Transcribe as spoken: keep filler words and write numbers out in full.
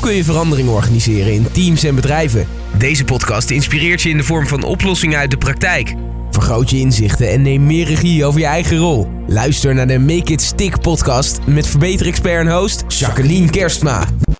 kun je verandering organiseren in teams en bedrijven? Deze podcast inspireert je in de vorm van oplossingen uit de praktijk. Vergroot je inzichten en neem meer regie over je eigen rol. Luister naar de Make It Stick podcast met verbeterexpert en host Jacqueline Kerstma.